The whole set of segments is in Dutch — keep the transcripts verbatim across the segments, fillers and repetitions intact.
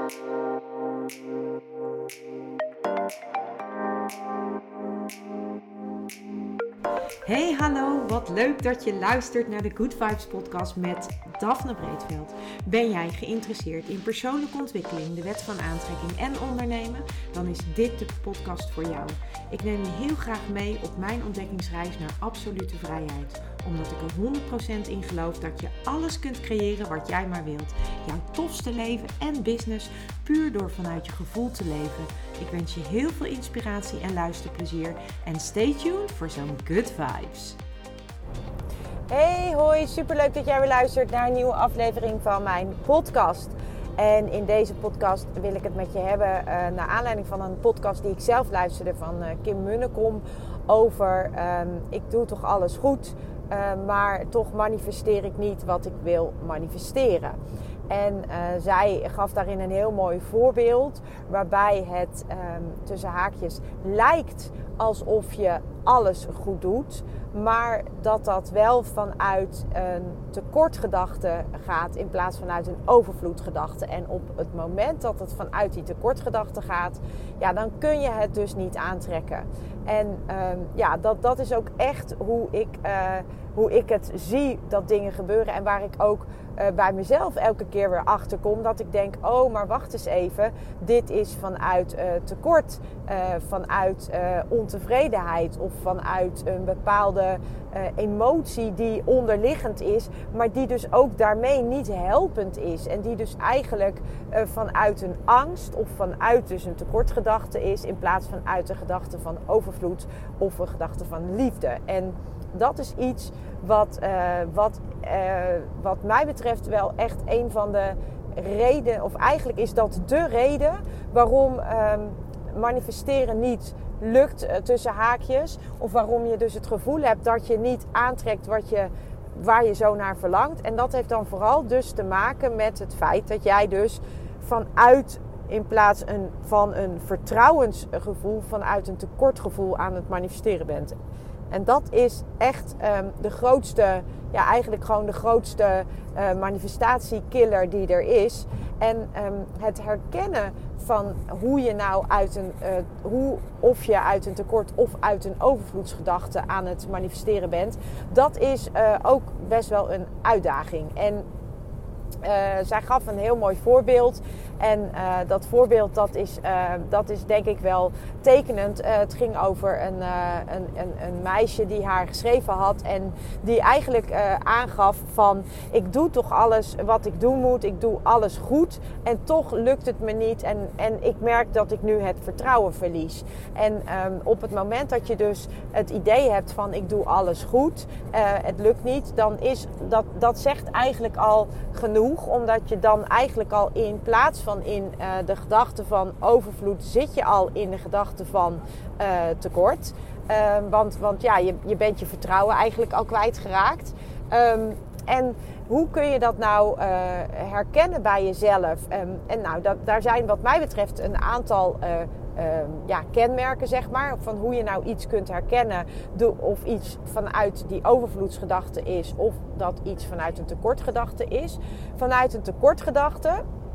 Hey, hallo, wat leuk dat je luistert naar de Good Vibes podcast met Daphne Breedveld. Ben jij geïnteresseerd in persoonlijke ontwikkeling, de wet van aantrekking en ondernemen? Dan is dit de podcast voor jou. Ik neem je heel graag mee op mijn ontdekkingsreis naar absolute vrijheid. Omdat ik er honderd procent in geloof dat je alles kunt creëren wat jij maar wilt. Jouw tofste leven en business puur door vanuit je gevoel te leven. Ik wens je heel veel inspiratie en luisterplezier. En stay tuned voor zo'n good vibes. Hey, hoi. Superleuk dat jij weer luistert naar een nieuwe aflevering van mijn podcast. En in deze podcast wil ik het met je hebben uh, naar aanleiding van een podcast die ik zelf luisterde van uh, Kim Munnekom. Over um, ik doe toch alles goed, uh, maar toch manifesteer ik niet wat ik wil manifesteren. En uh, zij gaf daarin een heel mooi voorbeeld waarbij het um, tussen haakjes lijkt alsof je alles goed doet, maar dat dat wel vanuit een tekortgedachte gaat in plaats vanuit een overvloedgedachte. En op het moment dat het vanuit die tekortgedachte gaat, ja, dan kun je het dus niet aantrekken. En um, ja, dat, dat is ook echt hoe ik, uh, hoe ik het zie dat dingen gebeuren en waar ik ook uh, bij mezelf elke keer weer achter kom. Dat ik denk, oh, maar wacht eens even. Dit is vanuit uh, tekort, uh, vanuit uh, ontevredenheid of vanuit een bepaalde uh, emotie die onderliggend is, maar die dus ook daarmee niet helpend is. En die dus eigenlijk uh, vanuit een angst of vanuit dus een tekortgedachte is in plaats van uit de gedachte van overvloed of een gedachte van liefde. En dat is iets wat, uh, wat, uh, wat mij betreft wel echt een van de redenen, of eigenlijk is dat de reden waarom um, manifesteren niet lukt uh, tussen haakjes. Of waarom je dus het gevoel hebt dat je niet aantrekt wat je, waar je zo naar verlangt. En dat heeft dan vooral dus te maken met het feit dat jij dus vanuit, in plaats een, van een vertrouwensgevoel, vanuit een tekortgevoel aan het manifesteren bent. En dat is echt um, de grootste, ja eigenlijk gewoon de grootste uh, manifestatiekiller die er is. En um, het herkennen van hoe je nou uit een, uh, hoe, of je uit een tekort of uit een overvloedsgedachte aan het manifesteren bent, dat is uh, ook best wel een uitdaging. En Uh, zij gaf een heel mooi voorbeeld. En uh, dat voorbeeld dat is, uh, dat is denk ik wel tekenend. Uh, het ging over een, uh, een, een, een meisje die haar geschreven had. En die eigenlijk uh, aangaf van, ik doe toch alles wat ik doen moet. Ik doe alles goed. En toch lukt het me niet. En, en ik merk dat ik nu het vertrouwen verlies. En um, op het moment dat je dus het idee hebt van, ik doe alles goed. Uh, het lukt niet. Dan is dat, dat zegt eigenlijk al genoeg. Omdat je dan eigenlijk al in plaats van in uh, de gedachte van overvloed zit je al in de gedachte van uh, tekort. Uh, want, want ja, je, je bent je vertrouwen eigenlijk al kwijtgeraakt. Um, en hoe kun je dat nou uh, herkennen bij jezelf? Um, en nou, dat, daar zijn wat mij betreft een aantal uh, uh, ja, kenmerken, zeg maar. Van hoe je nou iets kunt herkennen. De, of iets vanuit die overvloedsgedachte is. Of dat iets vanuit een tekortgedachte is. Vanuit een tekortgedachte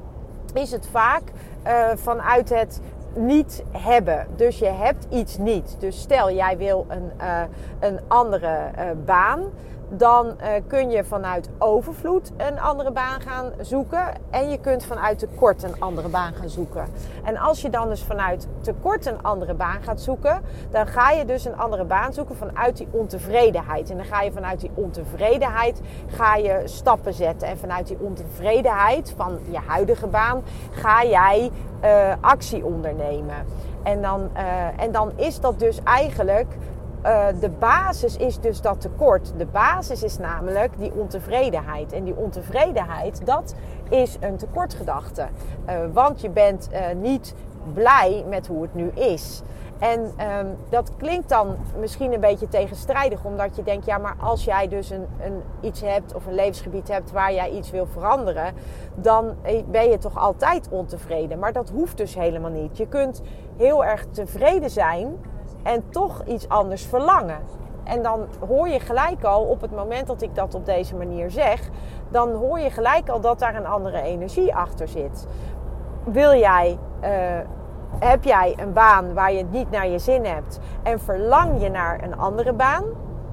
is het vaak uh, vanuit het niet hebben. Dus je hebt iets niet. Dus stel jij wil een, uh, een andere uh, baan. Dan uh, kun je vanuit overvloed een andere baan gaan zoeken. En je kunt vanuit tekort een andere baan gaan zoeken. En als je dan dus vanuit tekort een andere baan gaat zoeken, dan ga je dus een andere baan zoeken vanuit die ontevredenheid. En dan ga je vanuit die ontevredenheid ga je stappen zetten. En vanuit die ontevredenheid van je huidige baan ga jij uh, actie ondernemen. En dan, uh, en dan is dat dus eigenlijk Uh, de basis is dus dat tekort. De basis is namelijk die ontevredenheid. En die ontevredenheid, dat is een tekortgedachte. Uh, want je bent uh, niet blij met hoe het nu is. En um, dat klinkt dan misschien een beetje tegenstrijdig. Omdat je denkt, ja, maar als jij dus een, een, iets hebt of een levensgebied hebt waar jij iets wil veranderen, dan ben je toch altijd ontevreden. Maar dat hoeft dus helemaal niet. Je kunt heel erg tevreden zijn en toch iets anders verlangen. En dan hoor je gelijk al, op het moment dat ik dat op deze manier zeg, dan hoor je gelijk al dat daar een andere energie achter zit. wil jij, uh, heb jij een baan waar je het niet naar je zin hebt en verlang je naar een andere baan?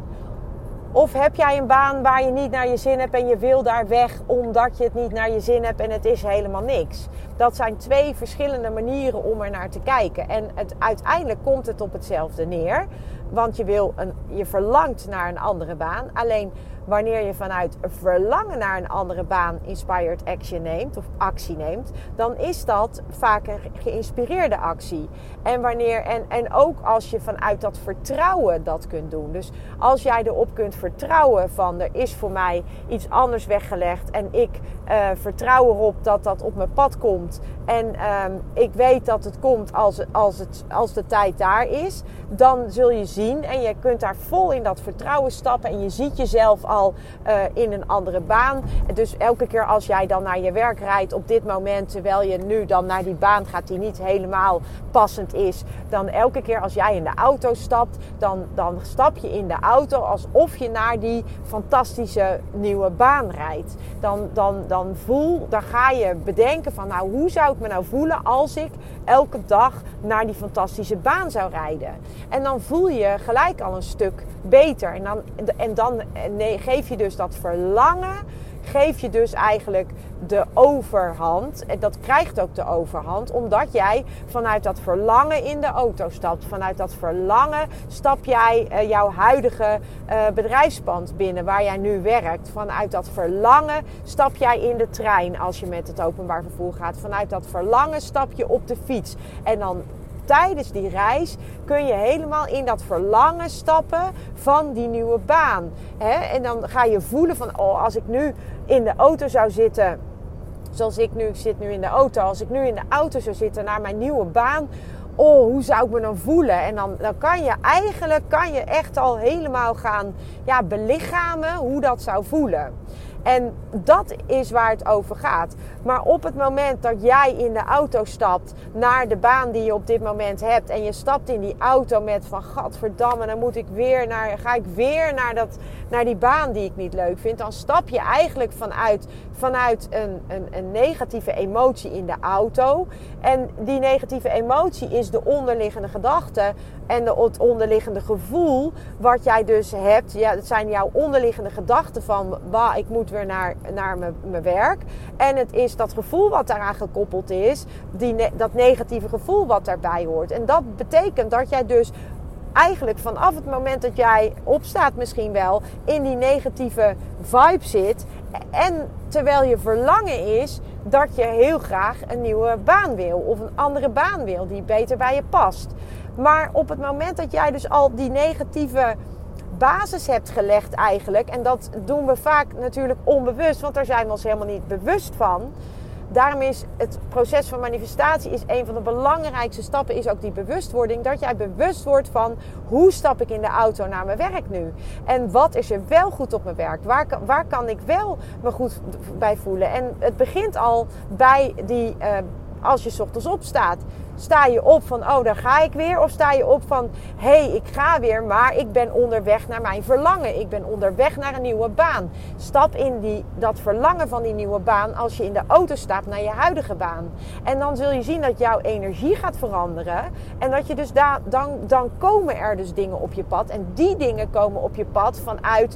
Of heb jij een baan waar je niet naar je zin hebt en je wil daar weg omdat je het niet naar je zin hebt en het is helemaal niks? Dat zijn twee verschillende manieren om er naar te kijken. En het, uiteindelijk komt het op hetzelfde neer. Want je, wil een, je verlangt naar een andere baan. Alleen wanneer je vanuit verlangen naar een andere baan inspired action neemt of actie neemt, dan is dat vaak een geïnspireerde actie. En, wanneer, en, en ook als je vanuit dat vertrouwen dat kunt doen. Dus als jij erop kunt vertrouwen van er is voor mij iets anders weggelegd en ik uh, vertrouw erop dat dat op mijn pad komt en um, ik weet dat het komt als, als, het, als de tijd daar is, dan zul je zien en je kunt daar vol in dat vertrouwen stappen en je ziet jezelf al uh, in een andere baan. Dus elke keer als jij dan naar je werk rijdt op dit moment, terwijl je nu dan naar die baan gaat die niet helemaal passend is, dan elke keer als jij in de auto stapt, dan, dan stap je in de auto alsof je naar die fantastische nieuwe baan rijdt. Dan, dan, dan voel, dan ga je bedenken van nou, hoe zou ik me nou voelen als ik elke dag naar die fantastische baan zou rijden. En dan voel je gelijk al een stuk beter. En dan, en dan nee, geef je dus dat verlangen, geef je dus eigenlijk de overhand. En dat krijgt ook de overhand, omdat jij vanuit dat verlangen in de auto stapt. Vanuit dat verlangen stap jij uh, jouw huidige uh, bedrijfspand binnen, waar jij nu werkt. Vanuit dat verlangen stap jij in de trein als je met het openbaar vervoer gaat. Vanuit dat verlangen stap je op de fiets. En dan tijdens die reis kun je helemaal in dat verlangen stappen van die nieuwe baan. He? En dan ga je voelen van, oh, als ik nu in de auto zou zitten, zoals ik nu, ik zit nu in de auto. Als ik nu in de auto zou zitten naar mijn nieuwe baan, oh, hoe zou ik me dan voelen? En dan, dan kan je eigenlijk, kan je echt al helemaal gaan ja, belichamen hoe dat zou voelen. En dat is waar het over gaat. Maar op het moment dat jij in de auto stapt naar de baan die je op dit moment hebt en je stapt in die auto met van gadverdamme, dan moet ik weer naar, ga ik weer naar, dat, naar die baan die ik niet leuk vind. Dan stap je eigenlijk vanuit, vanuit een, een, een negatieve emotie in de auto. En die negatieve emotie is de onderliggende gedachte en de, het onderliggende gevoel wat jij dus hebt. Ja, het zijn jouw onderliggende gedachten van, bah, ik moet weer naar, naar mijn werk. En het is dat gevoel wat daaraan gekoppeld is, die, dat negatieve gevoel wat daarbij hoort. En dat betekent dat jij dus eigenlijk vanaf het moment dat jij opstaat misschien wel in die negatieve vibe zit. En terwijl je verlangen is dat je heel graag een nieuwe baan wil of een andere baan wil die beter bij je past. Maar op het moment dat jij dus al die negatieve basis hebt gelegd eigenlijk, en dat doen we vaak natuurlijk onbewust, want daar zijn we ons helemaal niet bewust van. Daarom is het proces van manifestatie is een van de belangrijkste stappen, is ook die bewustwording. Dat jij bewust wordt van, hoe stap ik in de auto naar mijn werk nu? En wat is er wel goed op mijn werk? Waar, waar kan ik wel me goed bij voelen? En het begint al bij die, uh, als je 's ochtends opstaat. Sta je op van, oh, daar ga ik weer? Of sta je op van, hé, hey, ik ga weer, maar ik ben onderweg naar mijn verlangen. Ik ben onderweg naar een nieuwe baan. Stap in die, dat verlangen van die nieuwe baan als je in de auto stapt naar je huidige baan. En dan zul je zien dat jouw energie gaat veranderen. En dat je dus da- dan, dan komen er dus dingen op je pad. En die dingen komen op je pad vanuit...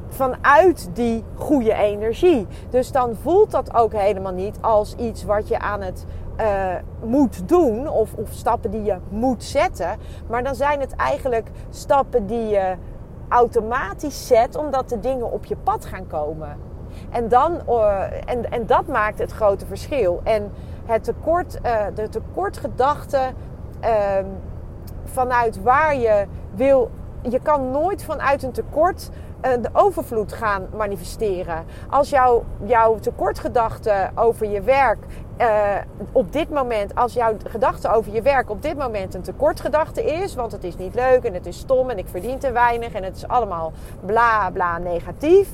vanuit die goede energie. Dus dan voelt dat ook helemaal niet als iets wat je aan het uh, moet doen. Of, of stappen die je moet zetten. Maar dan zijn het eigenlijk stappen die je automatisch zet. Omdat de dingen op je pad gaan komen. En, dan, uh, en, en dat maakt het grote verschil. En het tekort, uh, de tekortgedachte uh, vanuit waar je wil... Je kan nooit vanuit een tekort de overvloed gaan manifesteren. Als jouw, jouw tekortgedachte over je werk uh, op dit moment, als jouw gedachte over je werk op dit moment een tekortgedachte is, want het is niet leuk en het is stom en ik verdien te weinig en het is allemaal bla bla negatief,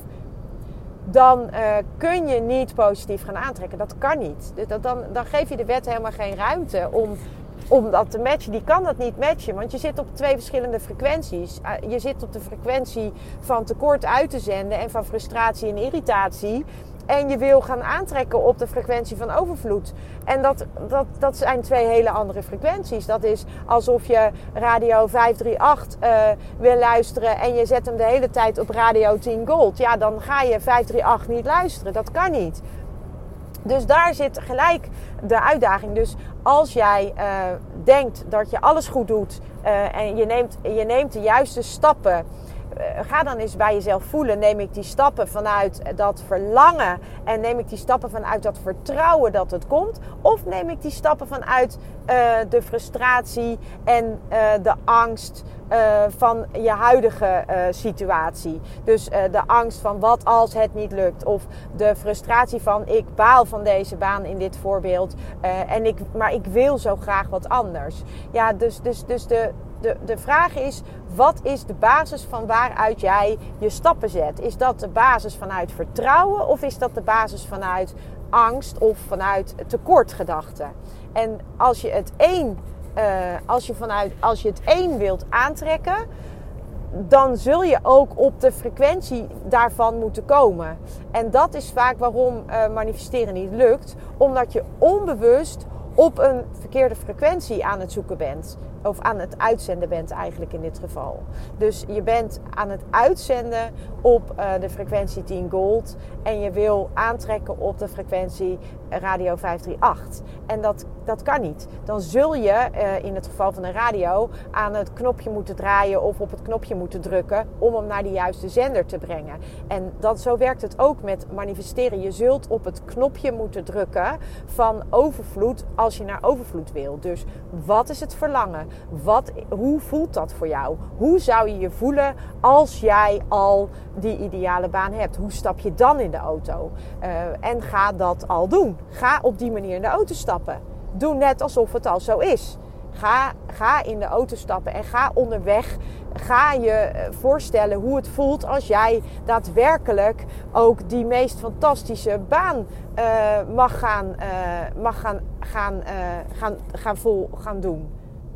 dan uh, kun je niet positief gaan aantrekken. Dat kan niet. Dat, dan, dan geef je de wet helemaal geen ruimte om Om dat te matchen. Die kan dat niet matchen. Want je zit op twee verschillende frequenties. Je zit op de frequentie van tekort uit te zenden. En van frustratie en irritatie. en je wil gaan aantrekken op de frequentie van overvloed. En dat, dat, dat zijn twee hele andere frequenties. Dat is alsof je radio vijf drie acht uh, wil luisteren en je zet hem de hele tijd op radio tien Gold. Ja, dan ga je vijf drie acht niet luisteren. Dat kan niet. Dus daar zit gelijk de uitdaging. Dus als jij uh, denkt dat je alles goed doet uh, en je neemt, je neemt de juiste stappen, uh, ga dan eens bij jezelf voelen. Neem ik die stappen vanuit dat verlangen en neem ik die stappen vanuit dat vertrouwen dat het komt? Of neem ik die stappen vanuit uh, de frustratie en uh, de angst Uh, van je huidige uh, situatie. Dus uh, de angst van wat als het niet lukt. Of de frustratie van ik baal van deze baan in dit voorbeeld. Uh, en ik, maar ik wil zo graag wat anders. Ja, dus, dus, dus de, de, de vraag is, wat is de basis van waaruit jij je stappen zet? Is dat de basis vanuit vertrouwen? Of is dat de basis vanuit angst of vanuit tekortgedachten? En als je het één Uh, als, je vanuit, als je het één wilt aantrekken, dan zul je ook op de frequentie daarvan moeten komen. En dat is vaak waarom uh, manifesteren niet lukt. Omdat je onbewust op een verkeerde frequentie aan het zoeken bent. Of aan het uitzenden bent eigenlijk in dit geval. Dus je bent aan het uitzenden op uh, de frequentie tien Gold. En je wil aantrekken op de frequentie radio vijf drie acht. En dat, dat kan niet. Dan zul je uh, in het geval van een radio aan het knopje moeten draaien of op het knopje moeten drukken om hem naar de juiste zender te brengen. En dat, zo werkt het ook met manifesteren. Je zult op het knopje moeten drukken van overvloed als je naar overvloed wil. Dus wat is het verlangen? Wat, hoe voelt dat voor jou? Hoe zou je je voelen als jij al die ideale baan hebt? Hoe stap je dan in de auto? Uh, en ga dat al doen. Ga op die manier in de auto stappen. Doe net alsof het al zo is. Ga, ga in de auto stappen en ga onderweg. Ga je voorstellen hoe het voelt als jij daadwerkelijk ook die meest fantastische baan uh, mag gaan, uh, mag gaan, gaan, uh, gaan, gaan, vol, gaan doen.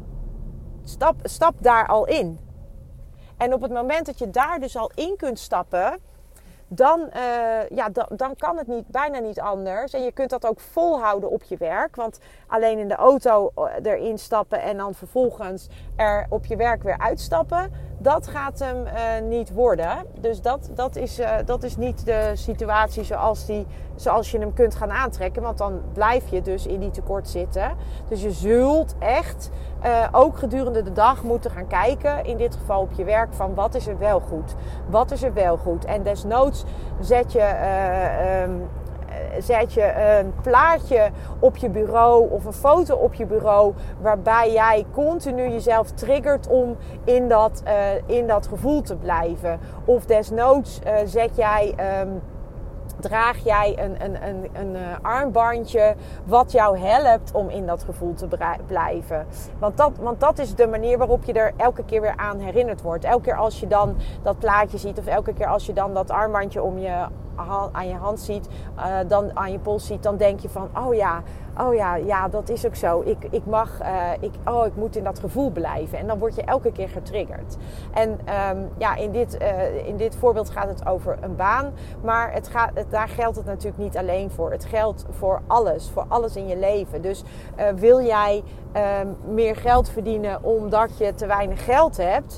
Stap, stap daar al in. En op het moment dat je daar dus al in kunt stappen, dan, uh, ja, dan, dan kan het niet, bijna niet anders. En je kunt dat ook volhouden op je werk. Want alleen in de auto erin stappen en dan vervolgens er op je werk weer uitstappen, dat gaat hem uh, niet worden. Dus dat, dat, is, uh, dat is niet de situatie zoals, die, zoals je hem kunt gaan aantrekken. Want dan blijf je dus in die tekort zitten. Dus je zult echt uh, ook gedurende de dag moeten gaan kijken, in dit geval op je werk, van wat is er wel goed? Wat is er wel goed? En desnoods zet je... Uh, um, Zet je een plaatje op je bureau of een foto op je bureau waarbij jij continu jezelf triggert om in dat, uh, in dat gevoel te blijven. Of desnoods uh, zet jij, um, draag jij een, een, een, een armbandje wat jou helpt om in dat gevoel te blijven. Want dat, want dat is de manier waarop je er elke keer weer aan herinnerd wordt. Elke keer als je dan dat plaatje ziet of elke keer als je dan dat armbandje om je aan je hand ziet, uh, dan aan je pols ziet, dan denk je van, oh ja, oh ja, ja, dat is ook zo. Ik, ik mag, uh, ik, oh, ik moet in dat gevoel blijven. En dan word je elke keer getriggerd. En um, ja, in dit, uh, in dit voorbeeld gaat het over een baan, maar het gaat, het, daar geldt het natuurlijk niet alleen voor. Het geldt voor alles, voor alles in je leven. Dus uh, wil jij uh, meer geld verdienen omdat je te weinig geld hebt,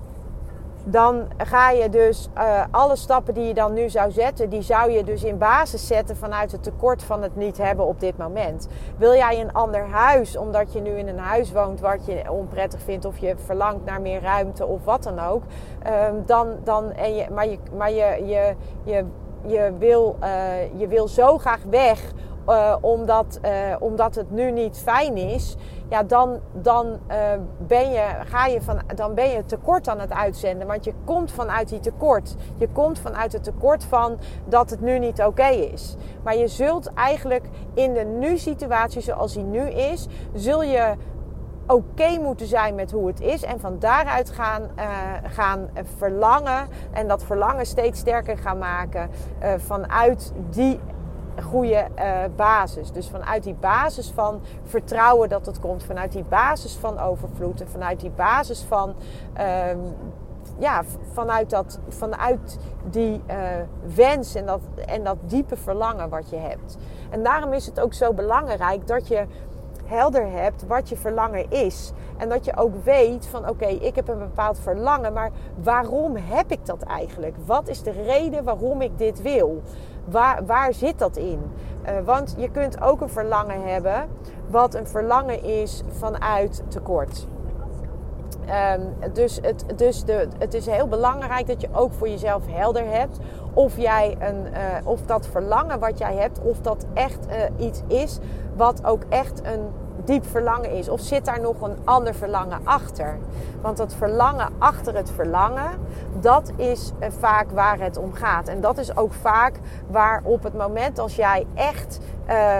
dan ga je dus uh, alle stappen die je dan nu zou zetten, die zou je dus in basis zetten vanuit het tekort van het niet hebben op dit moment. Wil jij een ander huis, omdat je nu in een huis woont wat je onprettig vindt of je verlangt naar meer ruimte of wat dan ook, um, dan, dan, en je, maar je, maar je, je, je, je, wil, uh, je wil zo graag weg, Uh, omdat, uh, omdat het nu niet fijn is, ja, dan, dan, uh, ben je, ga je van, dan ben je tekort aan het uitzenden. Want je komt vanuit die tekort. Je komt vanuit het tekort van dat het nu niet oké okay is. Maar je zult eigenlijk in de nu-situatie zoals die nu is, zul je oké okay moeten zijn met hoe het is. En van daaruit gaan, uh, gaan verlangen. En dat verlangen steeds sterker gaan maken uh, vanuit die goede uh, basis. Dus vanuit die basis van vertrouwen dat het komt. Vanuit die basis van overvloed. En vanuit die basis van, uh, ja, vanuit, dat, vanuit die uh, wens en dat, en dat diepe verlangen wat je hebt. En daarom is het ook zo belangrijk dat je helder hebt wat je verlangen is. En dat je ook weet van oké, okay, ik heb een bepaald verlangen, maar waarom heb ik dat eigenlijk? Wat is de reden waarom ik dit wil? Waar, waar zit dat in? Uh, want je kunt ook een verlangen hebben wat een verlangen is vanuit tekort. Um, dus het, dus de, het is heel belangrijk dat je ook voor jezelf helder hebt of, jij een, uh, of dat verlangen wat jij hebt, of dat echt uh, iets is wat ook echt een diep verlangen is. Of zit daar nog een ander verlangen achter? Want dat verlangen achter het verlangen, dat is uh, vaak waar het om gaat. En dat is ook vaak waar op het moment als jij echt uh,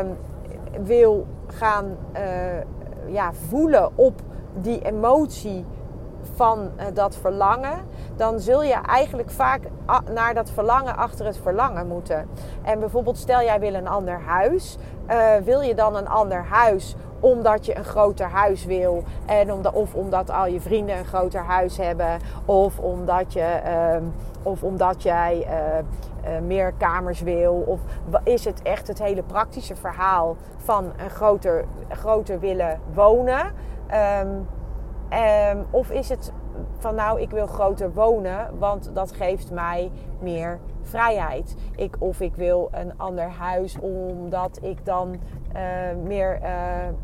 wil gaan uh, ja, voelen op die emotie van uh, dat verlangen, dan zul je eigenlijk vaak a- naar dat verlangen achter het verlangen moeten. En bijvoorbeeld stel jij wil een ander huis. Uh, wil je dan een ander huis omdat je een groter huis wil? En omdat, of omdat al je vrienden een groter huis hebben? Of omdat, je, uh, of omdat jij uh, uh, meer kamers wil? Of is het echt het hele praktische verhaal van een groter, groter willen wonen? Um, um, of is het van nou, ik wil groter wonen, want dat geeft mij meer vrijheid. Ik, of ik wil een ander huis, omdat ik dan uh, meer uh,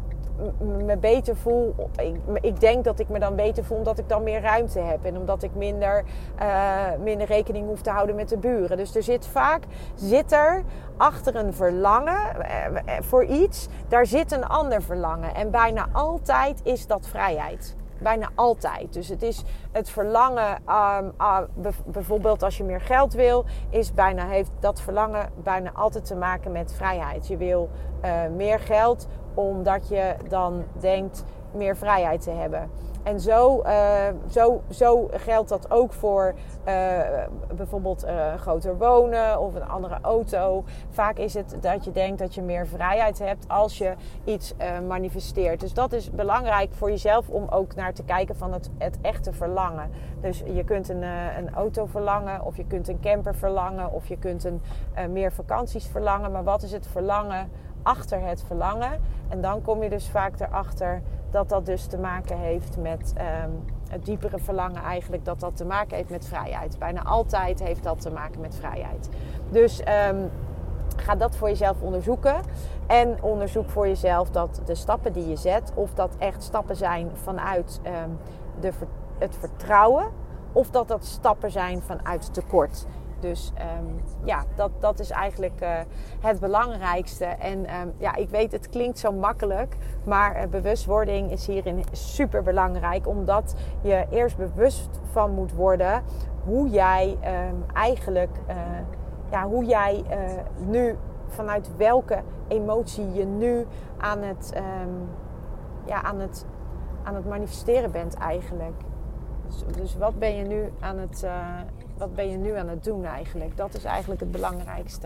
m- me beter voel. Ik, ik denk dat ik me dan beter voel omdat ik dan meer ruimte heb. En omdat ik minder, uh, minder rekening hoef te houden met de buren. Dus er zit vaak, zit er achter een verlangen uh, voor iets, daar zit een ander verlangen. En bijna altijd is dat vrijheid. Bijna altijd. Dus het is het verlangen, um, uh, bijvoorbeeld als je meer geld wil, is bijna, heeft dat verlangen bijna altijd te maken met vrijheid. Je wil uh, meer geld omdat je dan denkt meer vrijheid te hebben. En zo, uh, zo, zo geldt dat ook voor uh, bijvoorbeeld uh, groter wonen of een andere auto. Vaak is het dat je denkt dat je meer vrijheid hebt als je iets uh, manifesteert. Dus dat is belangrijk voor jezelf om ook naar te kijken van het, het echte verlangen. Dus je kunt een, uh, een auto verlangen of je kunt een camper verlangen of je kunt een, uh, meer vakanties verlangen. Maar wat is het verlangen achter het verlangen? En dan kom je dus vaak erachter dat dat dus te maken heeft met um, het diepere verlangen eigenlijk, dat dat te maken heeft met vrijheid. Bijna altijd heeft dat te maken met vrijheid. Dus um, ga dat voor jezelf onderzoeken. En onderzoek voor jezelf dat de stappen die je zet, of dat echt stappen zijn vanuit um, de, het vertrouwen, of dat dat stappen zijn vanuit tekort. Dus um, ja, dat, dat is eigenlijk uh, het belangrijkste. En um, ja, ik weet, het klinkt zo makkelijk. Maar uh, bewustwording is hierin super belangrijk. Omdat je eerst bewust van moet worden hoe jij um, eigenlijk, uh, ja, hoe jij uh, nu, vanuit welke emotie je nu aan het, um, ja, aan het, aan het manifesteren bent eigenlijk. Dus, dus wat ben je nu aan het... Uh, Wat ben je nu aan het doen eigenlijk? Dat is eigenlijk het belangrijkste.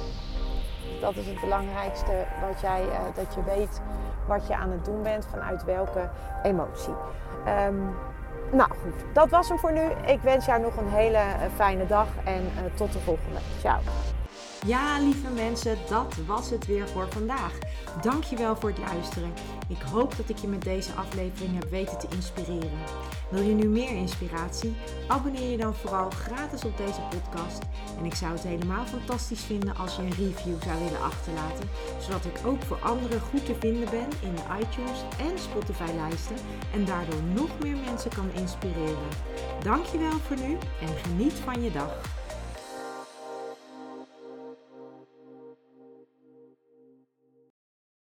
Dat is het belangrijkste wat jij, uh, dat je weet wat je aan het doen bent, vanuit welke emotie. Um, nou goed, dat was hem voor nu. Ik wens jou nog een hele uh, fijne dag en uh, tot de volgende. Ciao. Ja, lieve mensen, dat was het weer voor vandaag. Dankjewel voor het luisteren. Ik hoop dat ik je met deze aflevering heb weten te inspireren. Wil je nu meer inspiratie? Abonneer je dan vooral gratis op deze podcast. En ik zou het helemaal fantastisch vinden als je een review zou willen achterlaten. Zodat ik ook voor anderen goed te vinden ben in de iTunes en Spotify lijsten. En daardoor nog meer mensen kan inspireren. Dankjewel voor nu en geniet van je dag.